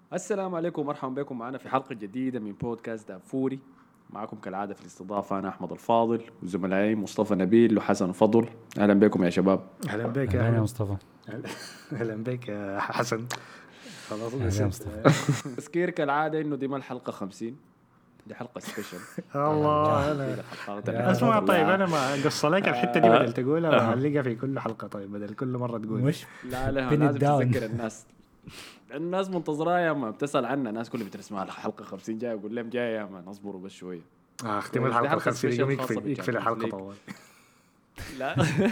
السلام عليكم ومرحبا بكم معنا في حلقة جديدة من بودكاست دافوري. معكم كالعادة في الاستضافة أنا أحمد الفاضل وزملائي مصطفى نبيل وحسن فضل. أهلا بكم يا شباب. اهلا بك أهلا يا يا احمد. مصطفى. اهلا بك يا حسن. خلاص أهلا يا نسيت. مصطفى. تذكير كالعادة إنه دي ما الحلقة 50، دي حلقة سبيشل. الله انا يا اسمع. رب. طيب انا ما قص عليك الحته دي بدل تقولها آه. وعلقها في كل حلقه. طيب بدل كل مره تقول مش لا بين لازم الداون. تذكر الناس. الناس منتظرة يا ما بتسأل عنا، الناس كلها بترسمها الحلقة 50 جايه، أقول لهم جايه يا ما نصبروا بس شوية. احتمال دي الحلقه حلقة الخمسين يقوم سبيشل خاصة يقفل الحلقه بالتشامبيونز طوال. لا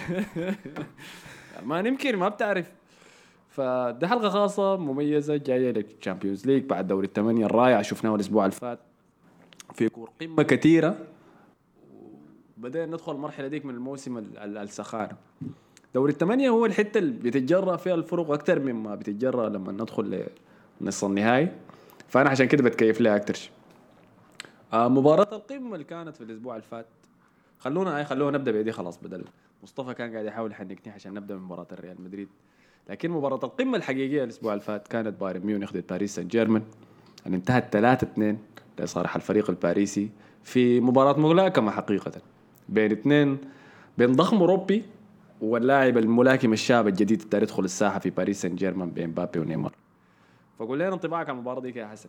ما نمكن ما بتعرف. فدي حلقة خاصة مميزة جاية للتشامبيونز ليج بعد دوري الثمانية الرائع شفناه الأسبوع اللي فات في كور قمة كثيرة. بدأنا ندخل المرحلة ديك من الموسم السخانة. دوري الثمانية هو الحتة اللي بتتجرى فيها الفرق أكتر مما بتتجرى لما ندخل لنص النهائي، فأنا عشان كده بتكيف لها أكتر شيء. مباراة القمة اللي كانت في الأسبوع اللي فات، خلونا نبدأ بيدي خلاص. بدل مصطفى كان قاعد يحاول يحنكني عشان نبدأ من مباراة الريال مدريد، لكن مباراة القمة الحقيقية الأسبوع اللي فات كانت بايرن ميونخ ضد باريس سان جيرمان، اللي انتهت 3-2 لصالح الفريق الباريسي في مباراة ملاكمة حقيقة بين اثنين، بين ضخم أوروبي واللاعب الملاكم الشاب الجديد اللي يدخل الساحة في باريس سان جيرمان بين مبابي ونيمار. فقول لنا انطباعك عن المباراة دي يا حسن.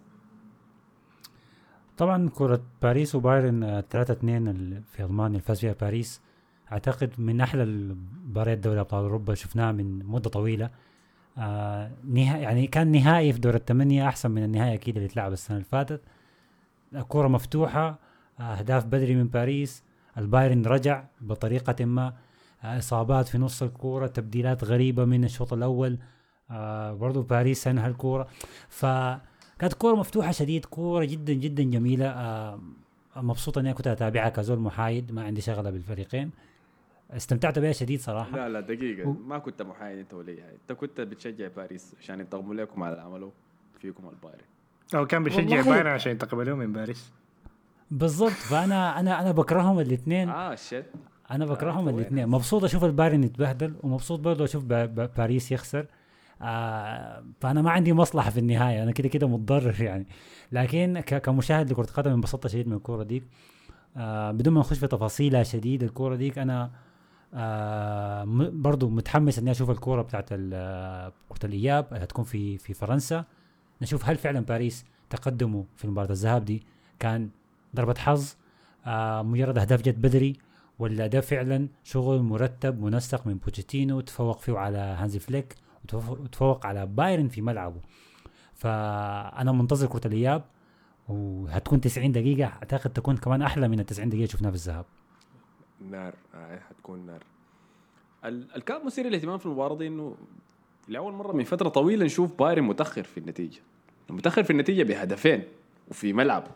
طبعا كرة باريس وبايرن 3-2 في ألمانيا الفاز فيها باريس. أعتقد من أحلى المباريات دوري أبطال أوروبا شفناها من مدة طويلة. يعني كان نهائي في دور الثمانية أحسن من النهائي أكيد اللي اتلعب السنة اللي فاتت. كرة مفتوحة، أهداف بدري من باريس. البايرن رجع بطريقة ما، إصابات في نص الكرة، تبديلات غريبة من الشوط الأول. برضو باريس انهى الكورة، فكانت كورة مفتوحة شديد، كورة جدا جدا جميلة. مبسوط اني كنت اتابعها كزول محايد، ما عندي شغلة بالفريقين، استمتعت بها شديد صراحة. لا دقيقة، ما كنت محايد انت ولي هاي، انت كنت بتشجع باريس عشان ينتقموا لكم على اللي عملوا فيكم البايرن. او كان بيشجع والله بايرن عشان يتقبلوه من باريس. بالضبط، فانا انا بكرههم الاثنين. شت. انا بكرههم انت وين الاثنين، هسه؟ مبسوط اشوف البايرن يتبهدل ومبسوط برضه اشوف باريس يخسر. فانا ما عندي مصلحه في النهايه، انا كده كده متضرر يعني. لكن كمشاهد لكره قدم انبسطت شديد من الكوره ديك. بدون ما نخش في تفاصيلها شديد الكوره ديك، انا برضو متحمس اني اشوف الكوره بتاعت كره الاياب هتكون في فرنسا. نشوف هل فعلا باريس تقدموا في مباراه الذهاب دي كان ضربه حظ، مجرد اهداف جت بدري، ولا ده فعلا شغل مرتب منسق من بوتشيتينو تفوق فيه على هانزي فليك وتفوق على بايرن في ملعبه. فانا منتظر كره الاياب، وهتكون 90 دقيقه، اعتقد تكون كمان احلى من ال 90 دقيقه شفناها في الذهاب. نار. حتكون نار. الكان مثير للاهتمام في المباراة دي انه لأول مرة من فترة طويلة نشوف بايرن متأخر في النتيجة، متأخر في النتيجة بهدفين وفي ملعبه.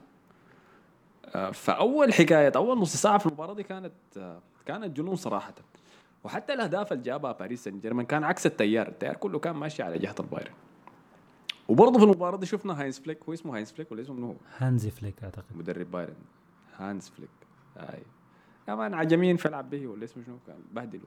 فأول حكاية أول نص ساعة في المباراة دي كانت جنون صراحة. وحتى الأهداف اللي جابها باريس سان جيرمان كان عكس التيار كله كان ماشي على جهة البايرن. وبرضه في المباراة دي شفنا هاينز فليك، هو اسمه هاينز فليك ولا اسمه منو؟ هانزي فليك اعتقد. مدرب بايرن هانز فليك. كمان عجمين فلعب به ولا اسمه شنو كان بهدله.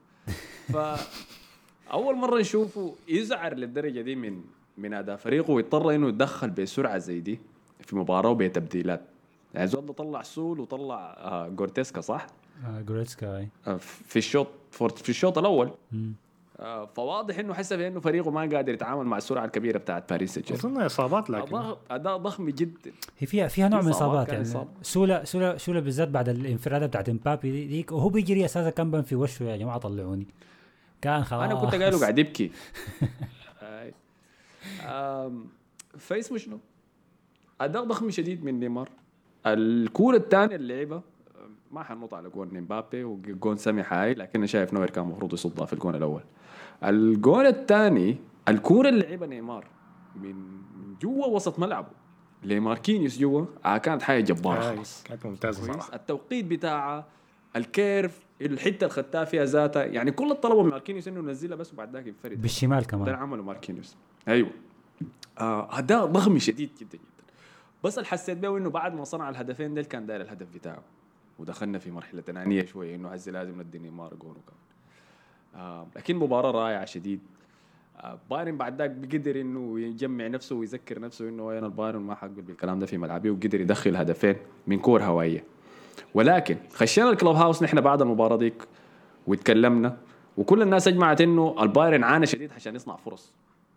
فأول مرة نشوفه يزعر للدرجة دي من أداء فريقه ويضطر إنه يتدخل بسرعة زي دي في مباراة وبتبديلات. يعني زود طلع سول وطلع جورتيسكا صح؟ جوريتسكا اي. في الشوط الأول. فواضح إنه حسب إنه فريقه ما قادر يتعامل مع السرعة الكبيرة بتاعت باريس سان جيرمان. اظن اصابات لكن أداء ضخم جدا. هي فيها نوع من إصابات، الاصابات كان يعني. إصابة. سولا بالذات بعد الانفرادة بتاعت امبابي ديك، وهو بيجري اساسا كان في وشه يا جماعه طلعوني، كان خلاص. أنا كنت قايله قاعد يبكي. فاسمه شنو؟ أداء ضخم شديد من نيمار. الكورة الثانية اللي لعبها ما حنط على جون مبابي وجون سمح هاي، لكن أنا شايف نوير كان المفروض يصدها في الجون الأول. الجون الثاني الكورة اللي لعبها نيمار من جوا وسط ملعبه لماركينيوس جوا، كانت حاجة جبارة خلاص. كانت ممتازه صراحه. التوقيت بتاعها، الكيرف، الحتة اللي خدتها فيها ذاتها، يعني كل الطلبة من ماركينيوس إنه ينزلها بس وبعد ذاك ينفرد بالشمال ده كمان. عمله ماركينيوس. أيوه. أداء ضخم شديد جدا جدا. بس اللي حسيت به انه بعد ما صنع الهدفين ديل كان داير الهدف بتاعه، ودخلنا في مرحله انانيه شويه انه هسه لازم ندي نيمار جون وكان. لكن مباراه رائعه شديد. بايرن بعد ذاك بقدر انه يجمع نفسه ويذكر نفسه انه انا البايرن ما حقبل بالكلام ده في ملعبي، وقدر يدخل هدفين من كور هوائيه. ولكن خشينا الكلوب هاوس نحن بعد المباراه ديك وتكلمنا، وكل الناس اجمعت انه البايرن عانى شديد عشان يصنع فرص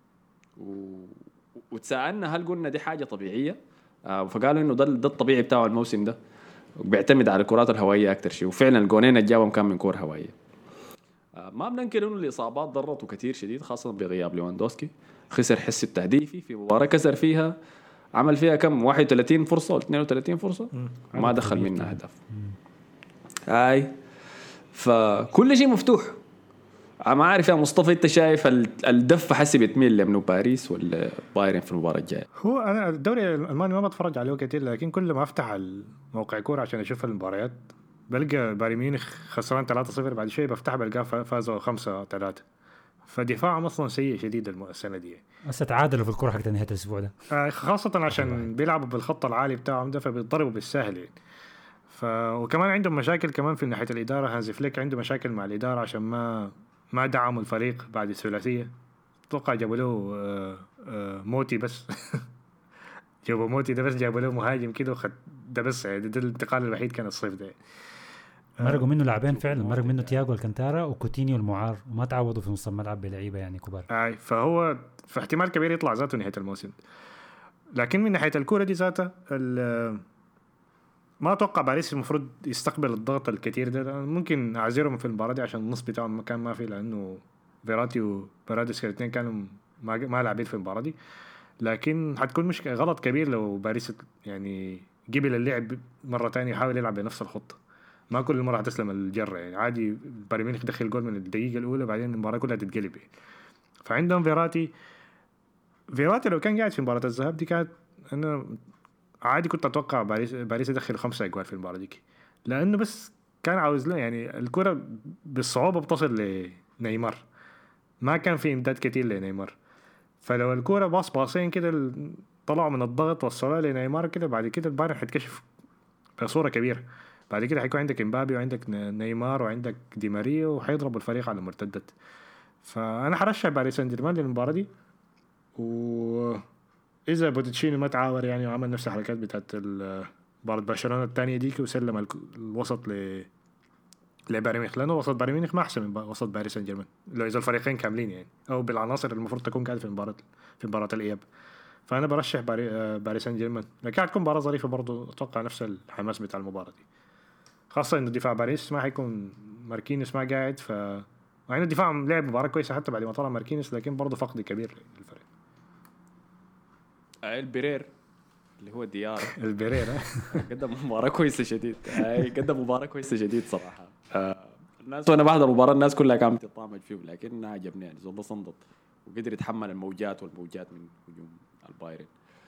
وتساءلنا هل قلنا دي حاجه طبيعيه. فقالوا انه ده الطبيعي بتاعه الموسم ده، بيعتمد على الكرات الهوائيه اكثر شيء، وفعلا الجونين اللي جابهم كان من كور هوائيه. ما بننكر انه الاصابات ضرته كثير شديد خاصه بغياب ليواندوسكي. خسر حس التهديفي في مباراه كسر فيها، عمل فيها كم 31 فرصه ولا 32 فرصه ما دخل منها هدف. هاي فكل شيء مفتوح. ما عارف يا مصطفى انت شايف الدفه حسي بتميل لمنو باريس ولا بايرن في المباراه الجايه؟ هو انا الدوري الالماني ما بتفرج عليه كتير، لكن كل ما افتح الموقع كوره عشان اشوف المباريات بلقى بايرن ميونخ خسران 3-0، بعد شوي بفتح بلقاه فازوا 5-3. فدفاعهم اصلا سيء شديد السنه دي. بس تعادلوا في الكره حق نهايه الاسبوع ده، خاصه عشان بيلعبوا بالخط العالي بتاعهم ده، فبيضربوا بالسهل يعني. وكمان عندهم مشاكل كمان في ناحيه الاداره. هانزي فليك عنده مشاكل مع الاداره عشان ما دعموا الفريق بعد الثلاثيه. اتوقع جابوا له موتي بس جابوا موتي ده بس، جابوا له مهاجم كده وخد ده بس يعني. ده الانتقال الوحيد كان الصيف ده. مرقوا منه لاعبين فعلا، مرق منه تياغو الكانتارا وكوتينيو المعار، وما تعوضوا في نص الملعب بلعيبه يعني كبار. فهو في احتمال كبير يطلع ذاته نهايه الموسم. لكن من ناحيه الكوره دي ذاتها ما اتوقع باريس المفروض يستقبل الضغط الكثير ده. ممكن اعذرهم في المباراه دي عشان النص بتاعهم كان ما في، لانه فيراتي وبرادس الاثنين كانوا ما لاعبين في المباراه دي. لكن حتكون مش غلط كبير لو باريس يعني قبل اللعب مره ثانيه يحاول يلعب بنفس الخطه. ما كل مره هتسلم الجره يعني. عادي بايرن ميونخ يدخل جول من الدقيقه الاولى، بعدين المباراه كلها تتقلب يعني. فعندهم فيراتي لو كان قاعد في مباراه الذهاب دي كانت انا عادي كنت اتوقع باريس يدخل 5 اجوال في المباراه دي، لانه بس كان عاوز له يعني الكره بالصعوبه بتصل لنيمار. ما كان في امداد كتير لنيمار. فلو الكره باصين كده طلعوا من الضغط وصلوا لنيمار كده، بعد كده البايرن حيتكشف بصوره كبيره. بعد كده حيكون عندك امبابي وعندك نيمار وعندك دي ماريا وحيضربوا الفريق على المرتدات. فانا حرشح باريس سان جيرمان للمباراه دي. واذا بوتشينو ما تعاور يعني وعمل نفس الحركات بتاعت مباراه برشلونه الثانيه ديك وسلم الوسط لبايرن ميونخ، لانه وسط بايرن ميونخ ما احسن من وسط باريس سان جيرمان لو اذا الفريقين كاملين يعني، او بالعناصر المفروض تكون قاعده في مباراه الاياب. فانا برشح باريس سان جيرمان، لكن حتكون مباراه ظريفه برضو. اتوقع نفس الحماس بتاع المباراه دي، خاصه انه دفاع باريس ما حيكون ماركينيوس ما قاعد. مع انه الدفاع لعب مباراه كويسه حتى بعد ما طلع ماركينيوس، لكن برضه فقد كبير للفريق. البرير اللي هو ديار البرير قدم مباراة كويسة شديد. قدم مباراة كويسة شديد صراحة. الناس وانا بعد المباراة الناس كلها كانت تطامج فيه، لكن عجبني يعني زول صندط وقدر يتحمل الموجات والموجات من هجوم البايرن.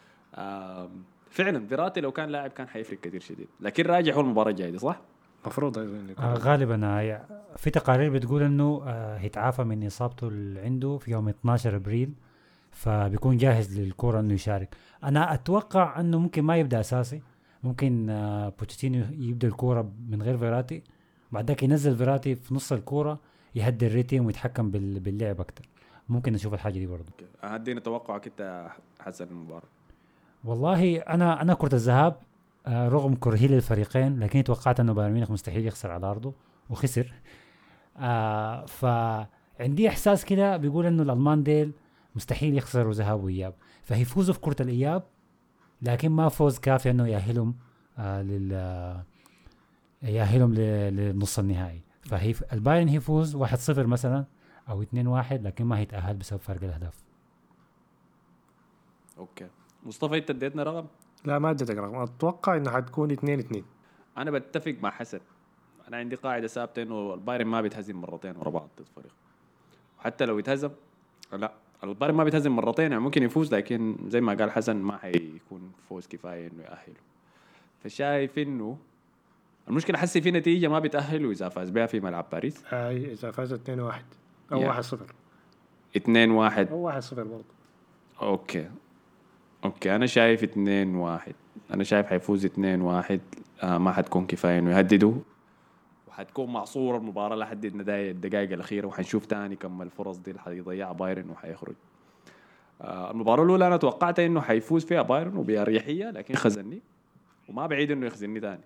فعلا فيراتي لو كان لاعب كان حيفرق كثير شديد، لكن راجع هو المباراة الجاية صح؟ مفروض غالبا في تقارير بتقول انه هيتعافى من اصابته اللي عنده في يوم 12 ابريل، فبيكون جاهز للكرة انه يشارك. انا اتوقع انه ممكن ما يبدا اساسي، ممكن بوتشيتينو يبدا الكرة من غير فيراتي، بعد ذاك ينزل فيراتي في نص الكرة يهدي الريتم ويتحكم باللعب اكتر. ممكن نشوف الحاجه دي برضه. هدينا توقعك انت حسن المباراه. والله انا كرة الذهاب رغم كرهي للفريقين، لكن توقعت انه بايرن ميونخ مستحيل يخسر على ارضه وخسر. فعندي احساس كده بيقول انه الالمان ديل مستحيل يخسروا ذهاب واياب، فهيفوزوا في كرة الاياب، لكن ما فوز كافي انه يأهلهم للنص النهائي. البايرن هيفوز 1-0 مثلا او 2-1، لكن ما هيتأهل بسبب فرق الاهداف. اوكي مصطفى انت اديتنا رقم؟ لا ما اديتك رقم، اتوقع انه حتكون 2-2. انا بتفق مع حسن، انا عندي قاعده ثابته انه البايرن ما بيتهزم مرتين ورا بعض ضد فريق، وحتى لو يتهزم لا البايرن ما بيتهزم مرتين يعني ممكن يفوز، لكن زي ما قال حسن ما حيكون فوز كفايه انه يأهله. فشايف انه المشكله حسي في نتيجه ما بيتأهلوا اذا فاز بها في ملعب باريس. اذا فاز 2-1 او 1-0 2-1 او 1-0 برضه. اوكي انا شايف 2-1. انا شايف حيفوز 2-1. ما حتكون كفايه انه يهددوا، وحتكون معصورة المباراة لحد الدقائق الأخيرة، وحنشوف تاني كم الفرص دي اللي حيضيعها بايرن وحيخرج. المباراة الأولى أنا توقعت إنه حيفوز فيها بايرن وبأريحية، لكن خزني وما بعيد إنه يخزني تاني.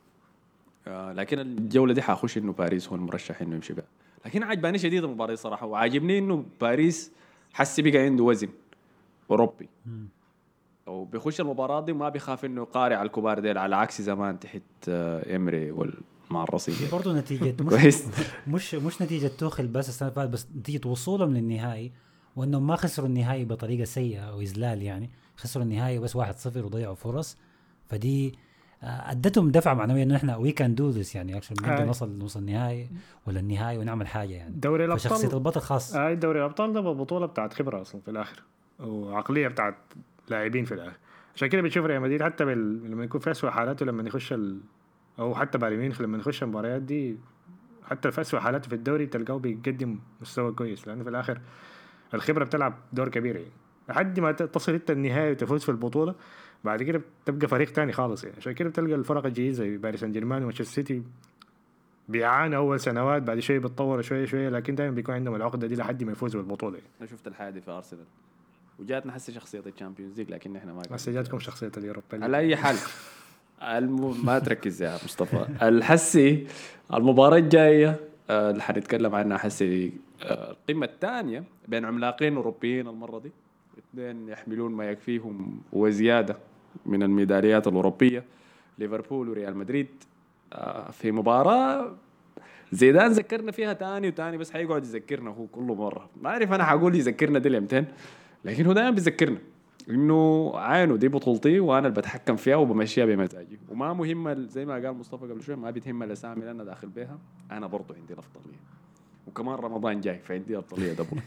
لكن الجولة دي حاخش إنه باريس هو المرشح إنه يمشي بها. لكن عجباني شديد المباراة صراحة، وعاجبني إنه باريس حسي بقى عنده وزن أوروبي، أو بيخش المباراة دي وما بيخاف إنه يقارع الكبار ديل، على عكس زمان تحت إمري مع الرصيد. برضو نتيجة مش نتيجة توخل بس السنة اللي فاتت، بس نتيجة وصولهم للنهائي، وإنهم ما خسروا النهائي بطريقة سيئة أو إذلال، يعني خسروا النهائي بس 1-0 وضيعوا فرص. فدي أدتهم دفعة معنوية إنه إحنا we can do this، يعني أكشن نقدر نوصل النهائي ولا النهائي ونعمل حاجة يعني. دوري الأبطال فشخصية البطل خاص. دوري الأبطال ده بطولة بتاعت خبرة أصلا في الآخر، وعقلية بتاعت لاعبين في الآخر. عشان كده بتشوف ريال مدريد حتى لما يكون في أسوأ حالاته، لما يخش أو حتى بايرن ميونخ لما يخش المباريات دي، حتى في أسوأ حالاته في الدوري تلقاه بيقدم مستوى كويس، لأنه في الآخر الخبرة بتلعب دور كبير يعني. لحد ما تصل انت النهاية وتفوز في البطولة، بعد كده بتبقى فريق تاني خالص يعني. عشان كده بتلقى الفرق الجديدة زي باريس سان جيرمان ومانشستر سيتي بيعانوا أول سنوات، بعد شوية بتطور شوية، لكن دايما بيكون عندهم العقدة دي لحد ما يفوزوا بالبطولة يعني. أنا شفت الحاجة دي في أرسنال، وجاتنا حسي شخصية الشامبيونز ليج، لكن إحنا ما بس جاتكم شخصية اليوروبا على أي حال. ما تركز يا مصطفى. الحسي المباراة الجاية اللي حنتكلم عنها حسي القمة الثانية بين عملاقين أوروبيين المرة دي، اثنين يحملون ما يكفيهم وزيادة من الميداليات الأوروبية، ليفربول وريال مدريد. في مباراة زيدان ذكرنا فيها تاني وتاني، بس حيقعد يذكرنا هو كل مرة. ما أعرف أنا حقول يذكرنا دي لمتين، لكن هو دائما بيذكرنا إنه عينه دي بطولتي وأنا اللي بتحكم فيها وبمشيها بمزاجي، وما مهمة زي ما قال مصطفى قبل شوي، ما بتهم الأسامي اللي أنا داخل بيها، أنا برضو عندي الأفضلية، وكمان رمضان جاي فعندي الأفضلية دبلك.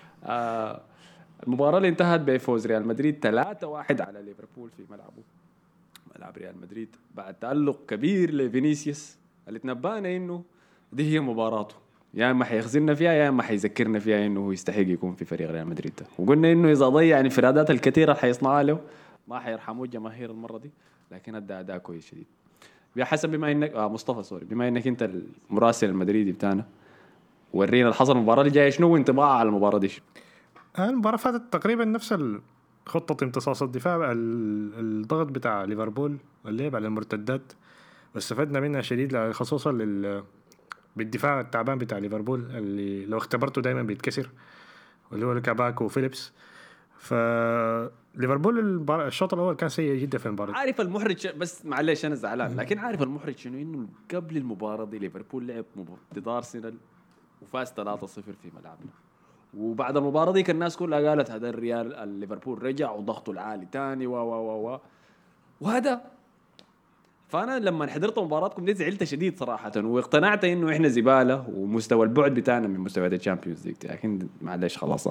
المباراة اللي انتهت بفوز ريال مدريد 3-1 على ليفربول في ملعب ريال مدريد، بعد تألق كبير لفينيسيوس اللي تنبأنا إنه دي هي مباراته، يا اما حيخزلنا فيها يا اما حيذكرنا فيها انه هو يستحق يكون في فريق ريال مدريد ده. وقلنا انه اذا ضيع الانفرادات الكثيره اللي حيصنعها له ما حيرحموا الجماهير المره دي، لكن اداء كويس شديد. بحسب بما انك مصطفى بما انك انت المراسل المدريدي بتاعنا، ورينا اللي حصل المباراه الجايه شنو وانطباع على المباراه دي. المباراه فاتت تقريبا نفس خطه امتصاص الدفاع، الضغط بتاع ليفربول واللعب على المرتدات، واستفدنا منها شديد، خصوصا بالدفاع التعبان بتاع ليفربول اللي لو اختبرته دايما بيتكسر، واللي هو كاباك وفيليبس. فليفربول الشوط الاول كان سيء جدا في المباراه. عارف المحرج، بس معلش انا زعلان، لكن عارف المحرج شنو؟ انه قبل المباراه دي ليفربول لعب ضد ارسنال وفاز 3-0 في ملعبنا، وبعد المباراه دي كان الناس كلها قالت هذا الريال ليفربول رجع وضغطه العالي تاني وهذا. فانا لما حضرت مباراتكم دي زعلت شديد صراحه، واقتنعت انه احنا زباله ومستوى البعد بتاعنا من مستويات الشامبيونز ليج، لكن معلش خلاص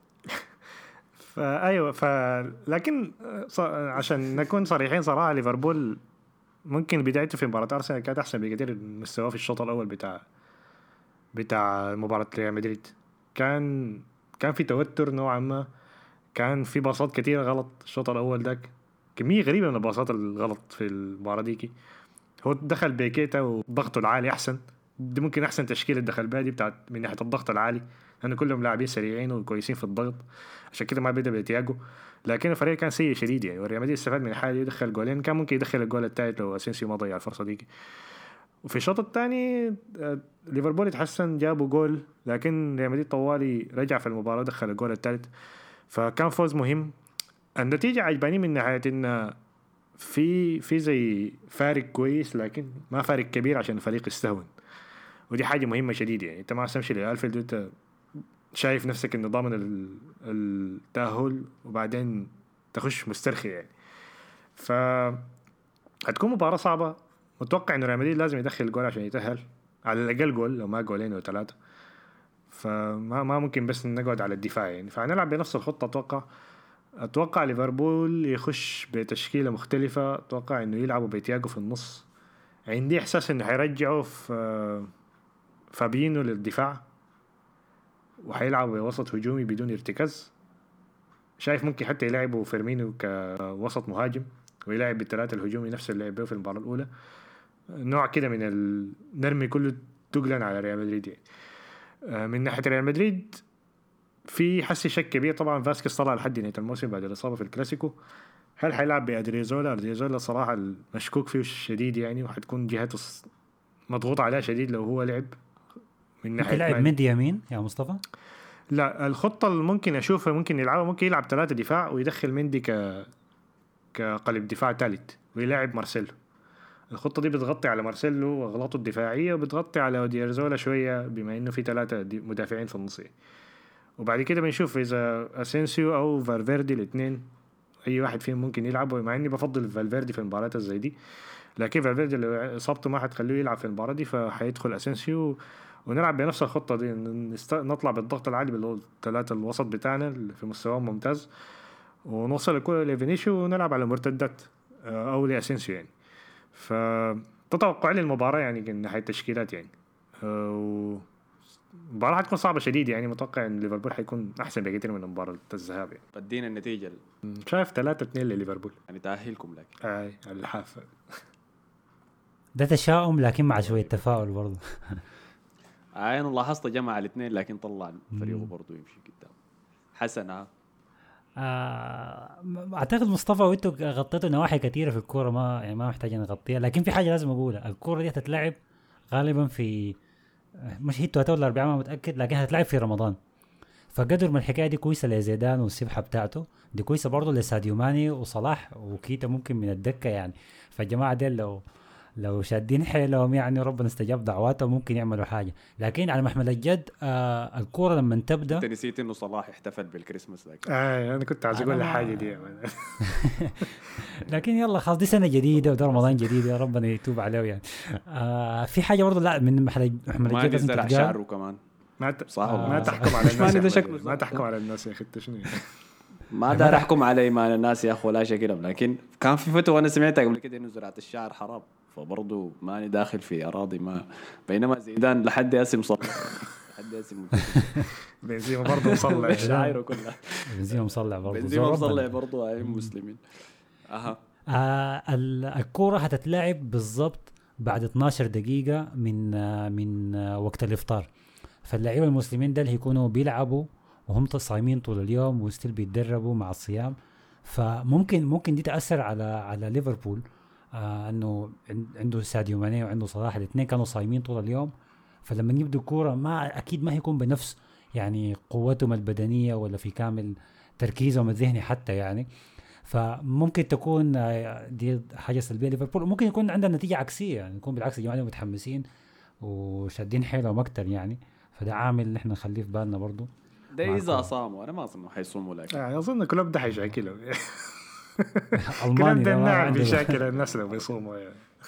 ايوه لكن عشان نكون صريحين صراحه، ليفربول ممكن بدايته في مباراه ارسنال كانت احسن بكثير من مستواه في الشوط الاول بتاع مباراه ريال مدريد. كان في توتر نوعا ما، كان في باصات كثيره غلط الشوط الاول داك، كميه غريبه من الباصات الغلط في المباراه ديكي. هو دخل بيكيتا وضغطه العالي احسن، دي ممكن احسن تشكيله دخل بها دي بتاعت من ناحيه الضغط العالي، لانه كلهم لاعبين سريعين وكويسين في الضغط، عشان كده ما بدا بتياجو. لكن الفريق كان سيء شديد يعني، وريال مدريد استفاد من الحاله، يدخل جولين، كان ممكن يدخل الجول الثالث لو اسينسيو ما ضيع الفرصه دي. وفي الشوط الثاني ليفربول يتحسن، جابوا جول، لكن ريال مدريد طوالي رجع في المباراه دخل الجول الثالث، فكان فوز مهم. النتيجه عجباني من ناحيه ان في زي فارق كويس، لكن ما فارق كبير عشان الفريق يستهون، ودي حاجه مهمه شديد يعني. انت ما تمشي لألفيلد وانت شايف نفسك انه ضامن التأهل وبعدين تخش مسترخي يعني. هتكون مباراة صعبة. متوقع انه ريال مدريد لازم يدخل جول عشان يتأهل، على الأقل جول، لو ما جولين أو 3. فما ممكن بس نقعد على الدفاع يعني، فهنلعب بنفس الخطة. أتوقع ليفربول يخش بتشكيلة مختلفة، أتوقع انه يلعبوا بيتياجو في النص. عندي إحساس انه حيرجعوا في فابينو للدفاع، وحيلعب بوسط هجومي بدون ارتكاز. شايف ممكن حتى يلعبوا فيرمينو كوسط مهاجم، ويلعب بالثلاثة الهجومي نفس اللي لعبه في المباراة الأولى. نوع كده من نرمي كله تقلا على ريال مدريد يعني. من ناحيه ريال مدريد في حسي شك كبير. طبعا فاسكيز طلع لحد نهايه الموسم بعد الاصابه في الكلاسيكو. هل حيلعب بأدريزولا صراحه المشكوك فيه شديد يعني، وحتكون جهته مضغوط عليها شديد لو هو لعب. من ناحيه يلعب ميدي يمين يا مصطفى. لا، الخطه اللي ممكن اشوفها ممكن يلعبها، ممكن يلعب 3 دفاع ويدخل مندي كقلب دفاع ثالث ويلاعب مارسيلو. الخطه دي بتغطي على مارسيلو واغلاطه الدفاعيه، وبتغطي على اوديرزولا شويه بما انه في 3 مدافعين في النص. وبعد كده بنشوف اذا اسينسيو او فالفيردي الاثنين اي واحد فيهم ممكن يلعب، مع اني بفضل فالفيردي في المباريات زي دي. لكن فالفيردي اللي اصابته ما حتخليه يلعب في المباراه دي، فحيدخل اسينسيو ونلعب بنفس الخطه دي. نطلع بالضغط العالي بالثلاثه الوسط بتاعنا اللي في مستواهم ممتاز، ونوصل الكره لفينيسيو ونلعب على مرتدات او لاسينسيو يعني. فتتوقع لي المباراه يعني من ناحيه التشكيلات يعني. المباراة حتكون صعبة شديد يعني. متوقع ان ليفربول حيكون احسن بكثير من مباراة الذهاب يعني. بدينا النتيجة شايف 3-2 لليفربول يعني تأهلكم. لكن الحافة ده تشاؤم لكن مع شوية تفاؤل برضه. انا لاحظت جمع الاثنين لكن طلع فريقه برضه يمشي قدام حسنا. اعتقد مصطفى وانتوا غطيتوا نواحي كثيره في الكوره، ما محتاج نغطيها. لكن في حاجه لازم اقولها، الكوره دي هتتلعب غالبا في مش هي ولا الاربعاء ما متاكد، لكن هتتلعب في رمضان. فقدر من الحكايه دي كويسه لزيدان والسبحه بتاعته دي كويسه برضه لساديو ماني وصلاح وكيتا ممكن من الدكه يعني. فالجماعه دي لو شادين حيلهم يعني ربنا استجاب دعواتهم ممكن يعملوا حاجه. لكن على محمل الجد الكوره لما تبدا. انت نسيت انه صلاح احتفل بالكريسماس لكن انا كنت عايز اقول الحاجه دي لكن يلا خلاص دي سنه جديده وده رمضان جديد يا ربنا يتوب عليه يعني. في حاجه برضه لا من محمل الجد لازم تتقال شعره كمان ما تحكم على الناس ما تحكم على الناس يا اخي شنو ما دار احكم على ايمان الناس يا اخو لا شكلهم. لكن كان في فتوى انا سمعتها قبل كده انه زراعه الشعر حرام، فبرضه ماني داخل في اراضي ما. بينما زيدان لحد ياسم صلى لحد ياسم بنزيما برضه مصلع شعيره كلها. بنزيما مصلع برضه بنزيما مصلع برضه اي مسلمين. الكوره هتتلعب بالضبط بعد 12 دقيقه من وقت الافطار. فاللاعبين المسلمين ده اللي هيكونوا بيلعبوا وهم صايمين طول اليوم وستيل بيتدربوا مع الصيام. فممكن دي تأثر على ليفربول. انه عنده ساديو ماني وعنده صلاح الاثنين كانوا صايمين طول اليوم. فلما يبدو كورة ما اكيد ما هيكون بنفس يعني قوتهم البدنية ولا في كامل تركيزهم الذهني حتى يعني. فممكن تكون دي حاجة سلبية ليفربول. وممكن يكون عندنا نتيجة عكسية يعني يكون بالعكس الجماعة متحمسين وشادين حيلهم اكتر يعني. فده عامل نحن نخليه في بالنا برضو. ده إذا صاموا أنا ما أظن حيصوموا لكن أظن كلهم ده حيشاكلوا ألماني ده النعم بيشاكل الناس لو بيصوموا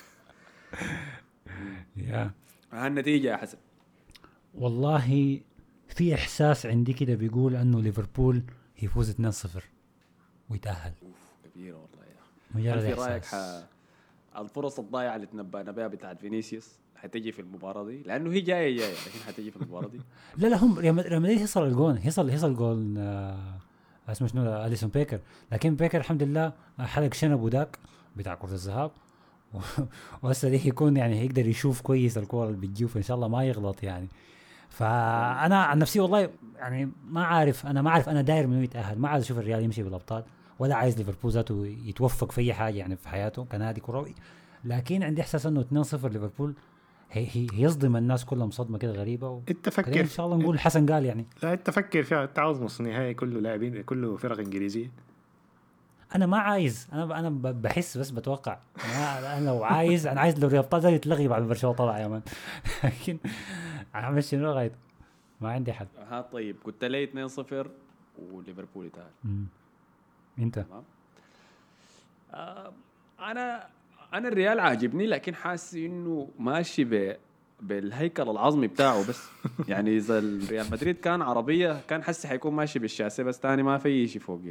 يا النتيجة يا حسن. والله في إحساس عندي كده بيقول أنه ليفربول يفوز 2-0 ويتأهل. كبيرة والله يا مجرد في رأيك الفرص الضايعة اللي تنبأنا بها بتاعت فينيسيوس حتيجي في المباراة دي لأنه هي جاية لكن حتيجي في المباراة دي؟ لا هم ريال مدريد يصل الجون يصل جول اسمه شنو أليسون بيكر. لكن بيكر الحمد لله حلق شنبه داك بتاع كرة الذهاب وهسه دي يكون يعني هيقدر يشوف كويس الكرة اللي بتجيه فإن شاء الله ما يغلط يعني. فأنا عن نفسي والله يعني ما عارف أنا داير منه يتأهل. ما عايز أشوف الريال يمشي بالأبطال ولا عايز ليفربول ذاته يتوفق في أي حاجة يعني في حياته كنادي كروي. لكن عندي إحساس إنه 2-0 ليفربول هي يصدم الناس كلهم صدمة كده غريبة انت فكر ان شاء الله نقول حسن قال يعني. لا انت فكر فيها تعاوز نص نهائي كله لاعبين كله فرق انجليزيه. انا ما عايز انا بحس بس بتوقع انا لو عايز انا عايز لو الابطال ده يتلغي بعد برشلونه طلع يا مان. لكن اعمل شنو لغايه ما عندي حد. طيب قلت لي 2-0 وليفربول يتأهل. انت انا الريال عاجبني لكن حاسس انه ماشي بالهيكل العظمي بتاعه بس. يعني اذا الريال مدريد كان عربيه كان حاسس حيكون ماشي بالشاسيه بس تاني ما في شيء فوقيه.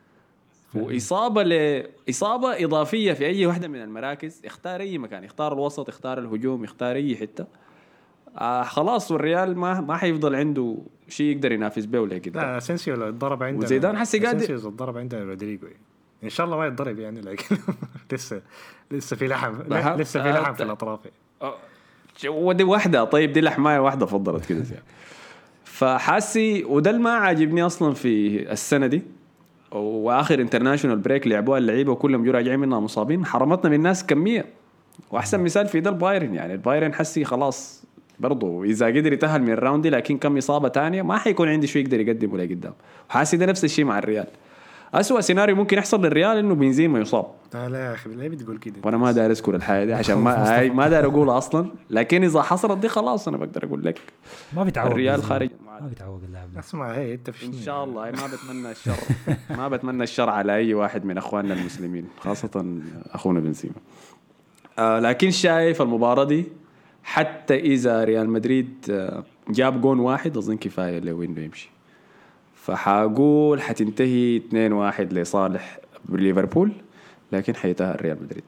واصابه اضافيه في اي واحده من المراكز. اختار اي مكان، اختار الوسط، اختار الهجوم، اختار اي حته. خلاص والريال ما حيفضل عنده شيء يقدر ينافس به ولا كده. لا اسينسيو ضرب عنده وزيدان حسي قاعد اسينسيو ضرب عنده رودريجو ان شاء الله ما يتضرب يعني، لكن لسه في لحم، لسه في لحم في الاطراف. ودي واحده، طيب دي لحمايه واحده فضلت كده يعني. فحاسي وده اللي ما عاجبني اصلا في السنه دي، واخر انترناشونال بريك لعبوها اللعيبه وكلهم جو راجعين منها مصابين، حرمتنا من الناس كميه. واحسن مثال في ده البايرن، يعني البايرن حسي خلاص برضو اذا قدر يتاهل من الراوند دي، لكن كم اصابه تانية ما حيكون عندي شيء يقدر يقدمه لقدام. وحاسي ده نفس الشيء مع الريال. أسوأ سيناريو ممكن يحصل للريال انه بنزيما يصاب. لا يا اخي ليه بتقول كده؟ وانا ما داير اذكر الحاجه دي عشان ما داير اقولها اصلا، لكن اذا حصلت دي خلاص انا بقدر اقول لك ما بيتعوق الريال خارج. ما بيتعوق اللاعب. اسمع هي انت ان شاء الله ما بتمنى الشر ما بتمنى الشر على اي واحد من اخواننا المسلمين، خاصه اخونا بنزيما. لكن شايف المباراه دي حتى اذا ريال مدريد جاب جون واحد اظن كفايه له انه يمشي. فحاقول حتنتهي 2-1 لصالح ليفربول، لكن حيتأهل ريال مدريد.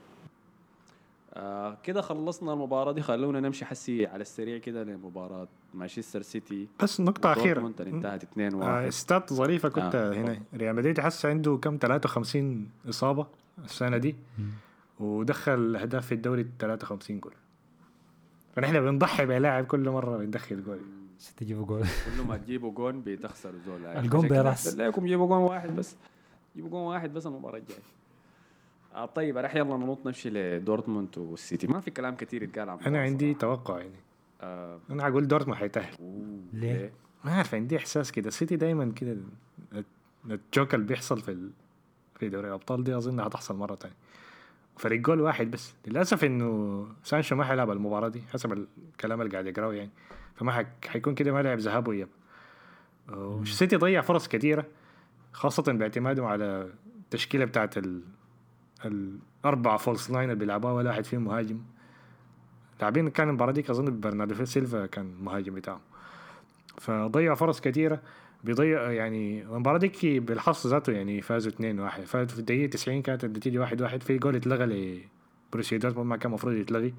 كده خلصنا المباراة دي. خلونا نمشي حسي على السريع كده لمباراة مانشستر سيتي. بس نقطة أخيرة انتهت 2-1. استات ظريفة كنت هنا. ريال مدريد حس عنده كم 53 إصابة السنة دي، ودخل أهداف في الدوري 53 جول. فنحن بنضحي بلاعب كل مرة بندخل جول. تجيبوا جول كل ما تجيبوا جول بتخسروا زول. الجون بيرأس لكم جيبوا جول واحد بس، جيبوا جول واحد بس المباراة الجاية. طيب رح يلا ننط نمشي لدورتموند والسيتي. ما في كلام كتير يتقال عن أنا عندي توقع يعني أنا أقول دورتموند حيتأهل. ليه؟ ما أعرف، عندي إحساس كده السيتي دايما كده الجوك اللي بيحصل في دوري الأبطال دي أظن هتحصل مرة تانية. فريق جول واحد بس للأسف إنه سانشو ما حيلعب المباراة دي حسب الكلام اللي قاعد يقرأه يعني، فما حيكون كده ما لعب ذهاب وإياب. السيتي ضيع فرص كثيرة خاصة باعتماده على التشكيلة بتاعت الأربعة فولس لاين اللي بيلعبوها ولا واحد فيهم مهاجم. لاعبين كان المباراة دي أظن برناردو سيلفا كان مهاجم بتاعهم، فضيع فرص كثيرة. بيضيع يعني المباراة دي بالحظ ذاته يعني فازوا 2-1. فازوا في الدقيقة 90 كانت النتيجة 1-1. في جول اتلغى لبروسيا دورتموند ما كان مفروض يتلغي.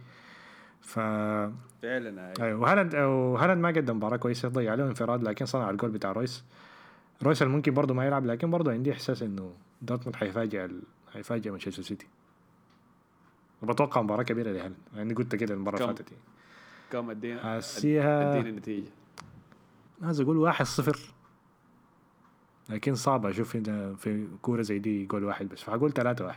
فعلا ايوه وهالاند ما قدم مباراة كويسة، ضيع له انفراد لكن صنع الجول بتاع رويس ممكن برضه ما يلعب، لكن برضه عندي احساس انه دورتموند حيفاجئ مانشستر سيتي. وبتوقع مباراة كبيرة لهالاند يعني قلت كده المباراة اللي فاتت. كم ادينا النتيجة؟ عايز اقول 1-0 لكن صعب اشوف هنا في كورة زي دي جول واحد بس، فهقول 3-1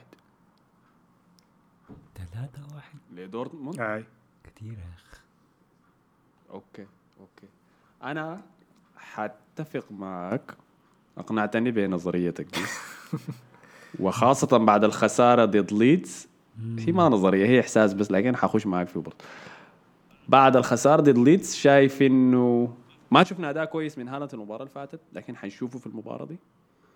لدورتموند. كتير يا اخ. اوكي انا حاتفق معك، اقنعتني بنظريتك دي وخاصة بعد الخسارة ضد ليدز. هي ما نظرية، هي احساس بس، لكن حخش معك فيه برضه. بعد الخسارة ضد ليدز شايف انه ما شفنا اداء كويس من هالاند المباراة اللي فاتت، لكن حنشوفه في المباراة دي.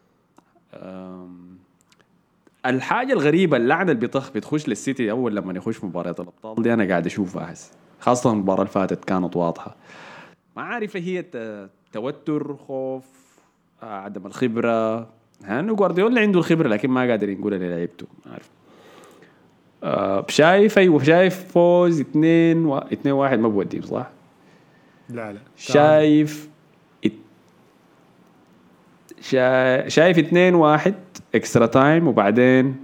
الحاجة الغريبة اللعنة اللي بتخش للسيتي أول لما يخش مباراة الأبطال دي أنا قاعد أشوفها أحس، خاصة المباراة اللي فاتت كانت واضحة. ما عارف هي توتر، خوف، عدم الخبرة. إنه جوارديولا عنده الخبرة لكن ما قادر يقول اللي لعبته. ما عارف. شايف فوز 2-1 ما بودي صح؟ لا شايف 2-1 اكسترا تايم وبعدين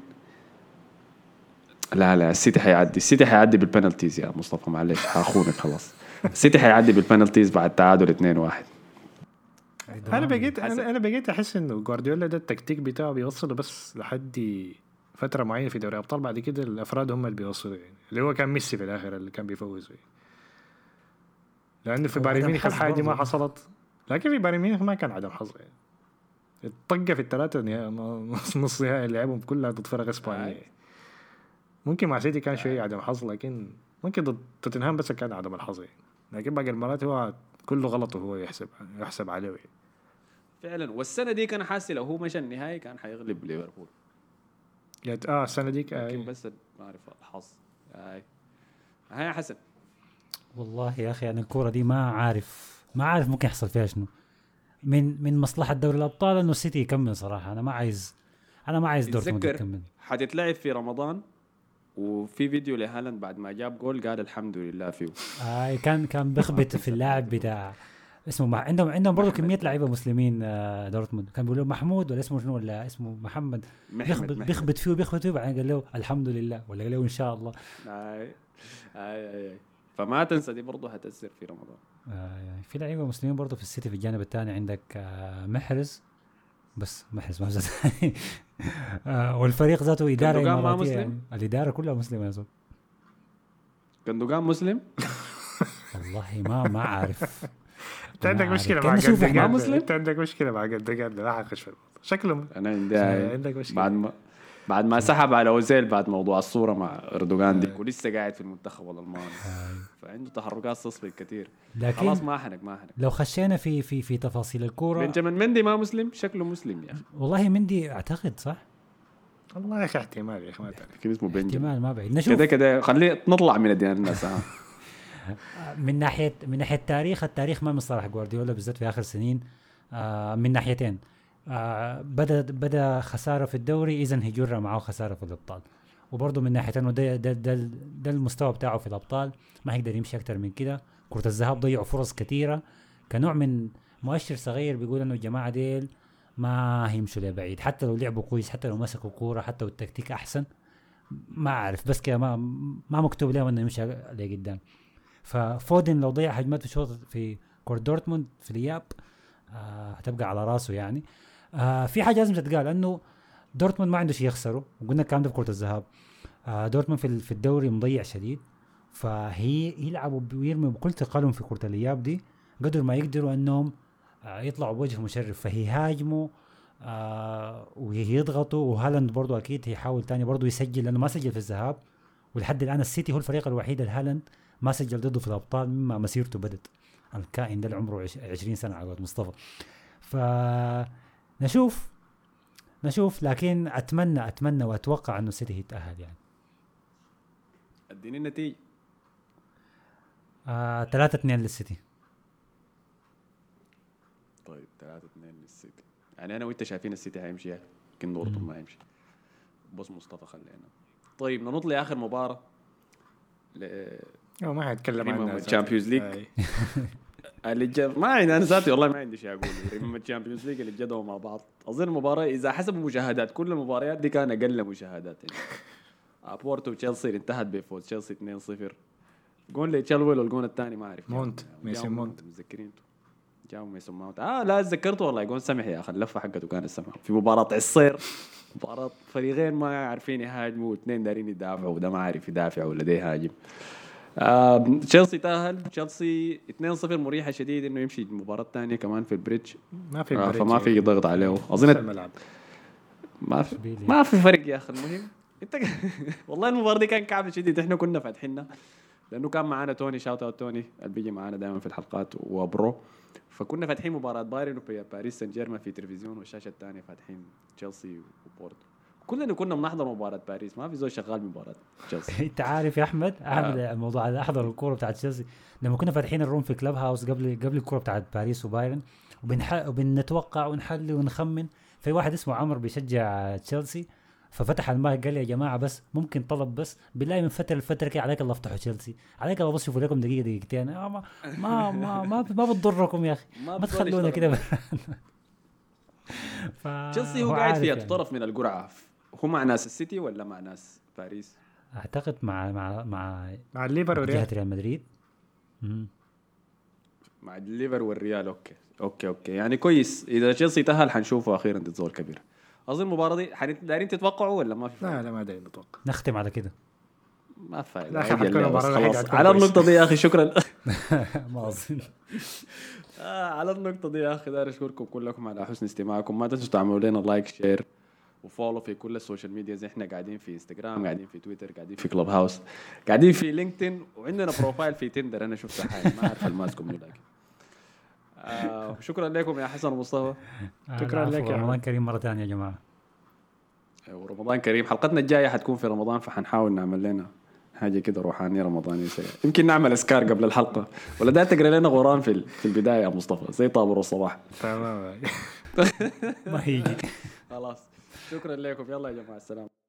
لا السيتي حيعدي بالبنالتيز يا مصطفى، معلش هاخونك خلاص. السيتي حيعدي بالبنالتيز بعد تعادل 2-1. انا بقيت احس انه جوارديولا ده التكتيك بتاعه بيوصله بس لحد فتره معينه في دوري ابطال، بعد كده الافراد هم اللي بيوصلوا يعني، اللي هو كان ميسي في الاخر اللي كان بيفوز يعني. لانه في بايرن ميونخ الحاجه دي ما حصلت، لكن في بايرن ميونخ ما كان عدم حظ يعني. الطقه في الثلاثه نص نهائي اللي لعبهم كلها ضد فرق اسبانيه. ممكن مع سيتي كان شويه عدم حظ، لكن ممكن ضد توتنهام بس كان عدم الحظ يعني. لكن باقي المرات هو كله غلط وهو يحسب عليه يعني. فعلا. والسنه دي كان حاسس لو هو مشى النهائي كان حيغلب ليفربول. السنه دي لكن بس ما اعرف الحظ. هاي حسن والله يا اخي انا الكوره دي ما عارف ممكن يحصل فيها شنو. من مصلحه دوري الابطال انه السيتي يكمل صراحه. انا ما عايز دورتموند يكمل. حتتلعب في رمضان وفي فيديو لهالاند بعد ما جاب جول قال الحمد لله فيه. كان بخبط في اللاعب بتاع اسمه عندهم برضه كميه لعيبه مسلمين. دورتموند كان بيقولوا محمود ولا اسمه شنو ولا اسمه محمد، بيخبط فيه بعدين قال له الحمد لله ولا قال له ان شاء الله. اي فما تنسى دي برضه هتأثر في رمضان. في لعيبه مسلمين برضه في السيتي. في الجانب الثاني عندك محرز، بس محرز ما ثاني. والفريق ذاته اداره اماراتيه يعني. الاداره كلها مسلمه يا زول. كندوغان مسلم. والله ما عارف. انت عندك مشكله مع جندوغان مسلم. انت عندك مشكله مع جندوغان. لا حقش في شكله. انا عندك مشكله بعد ما سحب على اوزيل بعد موضوع الصوره مع اردوغان دي، ولسه قاعد في المنتخب الالماني. فعنده تحركات تصفي كثير. خلاص ما حنك لو خشينا في تفاصيل الكوره، بنجامين مندي ما مسلم، شكله مسلم يا اخي. والله مندي اعتقد صح. والله يا اخي احتمال يا اخي ما تعرف كيف اسمه بنجامين. احتمال ما بعيد نشوف كده خليه نطلع من الديانه الناس. من ناحيه التاريخ ما من صلاح جوارديولا بالذات في اخر سنين. من ناحيتين. بدا خساره في الدوري، اذا هيجر معه خساره في الابطال. وبرضه من ناحيتين ده المستوى بتاعه في الابطال ما هيقدر يمشي اكتر من كده. كرة الذهب ضيعوا فرص كثيره كنوع من مؤشر صغير بيقول انه الجماعه ديل ما هيمشوا لبعيد، حتى لو لعبوا كويس، حتى لو مسكوا كوره، حتى لو التكتيك احسن. ما اعرف بس كده ما مكتوب لهم انه يمشي لقدام. ففودن لو ضيع هجمات في شوط في كورة دورتموند في الإياب هتبقى على راسه يعني. في حاجة لازم تتقال انه دورتموند ما عنده شيء يخسره، وقلنا الكلام ده في كرة الذهب. دورتموند في الدوري مضيع شديد، فهي يلعبوا ويرموا بكل ثقلهم في كرة الإياب دي قدر ما يقدروا انهم يطلعوا بوجه مشرف. فهيهاجموا ويضغطوا، وهالاند برضو اكيد هيحاول تاني برضو يسجل لانه ما سجل في الذهاب، ولحد الان السيتي هو الفريق الوحيد الهالاند ما سجل ضده في الابطال مما مسيرته بدت. الكائن ده عمره 20 سنه على مصطفى. نشوف لكن اتمنى واتوقع انه السيتي يتاهل يعني. اديني النتيجه. 3-2 للسيتي. طيب 3-2 للسيتي. يعني انا وانت شايفين السيتي هيمشي، لكن دورتموند ما هيمشي. بص مصطفى خلينا. طيب ننط لآخر مباراة ما هيتكلم عن الشامبيونز ليج اللي ما انا ذاتي والله ما عندي شيء اقول. ريم الشامبيونز ليج اللي جدوا مع بعض اظن المباراة اذا حسب مشاهدات كل المباريات دي كان اقل مشاهدات يعني. بورتو وتشيلسي انتهت بفوز تشيلسي 2-0. جون لتشيلويل والجون الثاني ما اعرف ميسون مونت متذكرين جاو ميسون ماونت. لا تذكرته والله. جون سمح يا اخي اللفه حقته كان السمح في مباراة عصير. مباراة فريقين ما عارفين يهاجموا واثنين دارين يدافعوا وده ما عارف يدافع ولا ده يهاجم. تشيلسي تأهل. تشيلسي 2-0 مريحة شديد انه يمشي المباراة الثانية كمان في البريدج. فما في ضغط عليه اظن. ما في فرق يا اخي. المهم انت والله المباراة دي كان كعب شديد. احنا كنا فاتحيننا لانه كان معانا توني شاوت اوت توني اللي بيجي معانا دائما في الحلقات وبرو. فكنا فاتحين مباراة بايرن وباريس سان جيرمان في تلفزيون، والشاشة الثانية فاتحين تشيلسي وبورتو. كلنا كنا بنحضر مباراة باريس، ما في زول شغال مباراة تشيلسي. انت عارف يا احمد الموضوع هذا احضر الكورة بتاعت تشيلسي لما كنا فاتحين الروم في كلاب هاوس قبل الكورة بتاعت باريس وبايرن، وبنتوقع ونحلي ونخمن. في واحد اسمه عمر بيشجع تشيلسي ففتح المايك قال لي يا جماعه بس ممكن طلب بس بالله من فتره لفتره كده عليك الله افتحوا تشيلسي، عليك الله بس شوفوا لكم دقيقه دقيقتين. ما بتضركم يا اخي، ما تخلونا كده. تشيلسي هو قاعد في الطرف من القرعه. هو مع ناس السيتي ولا مع ناس باريس؟ اعتقد مع الليفر والريال. ريال مدريد مع الليفر والريال. اوكي يعني كويس. اذا تشيلسي تأهل حنشوفه اخيرا ضد زول كبير. اظن المباراه دي دايرين تتوقعوا ولا ما في؟ لا ما دايرين نتوقع. نختم على كده. ما فايده. خلاص على النقطه دي يا اخي شكرا. ما اظن. على النقطه دي يا اخي داير اشكركم كلكم على حسن استماعكم. ما تنسوا تعملوا لنا لايك شير وفولو في كل السوشيال ميديا. زي احنا قاعدين في انستغرام، قاعدين في تويتر، قاعدين في كلوب هاوس، قاعدين في لينكدين، وعندنا بروفايل في تندر. انا شفت حاجه ما اعرف الماسكم منه لكن شكرا لكم يا حسن ومصطفى. شكرا لك. رمضان كريم مره ثانيه يا جماعه. ورمضان كريم. حلقتنا الجايه حتكون في رمضان، فحنحاول نعمل لنا حاجه كده روحانيه رمضانيه سريعه. يمكن نعمل اسكار قبل الحلقه ولا ده تقرا لنا غوران في البدايه يا مصطفى زي طابور الصباح. تمام ما هيجي. خلاص شكرا لكم. يلا يا جماعه السلام.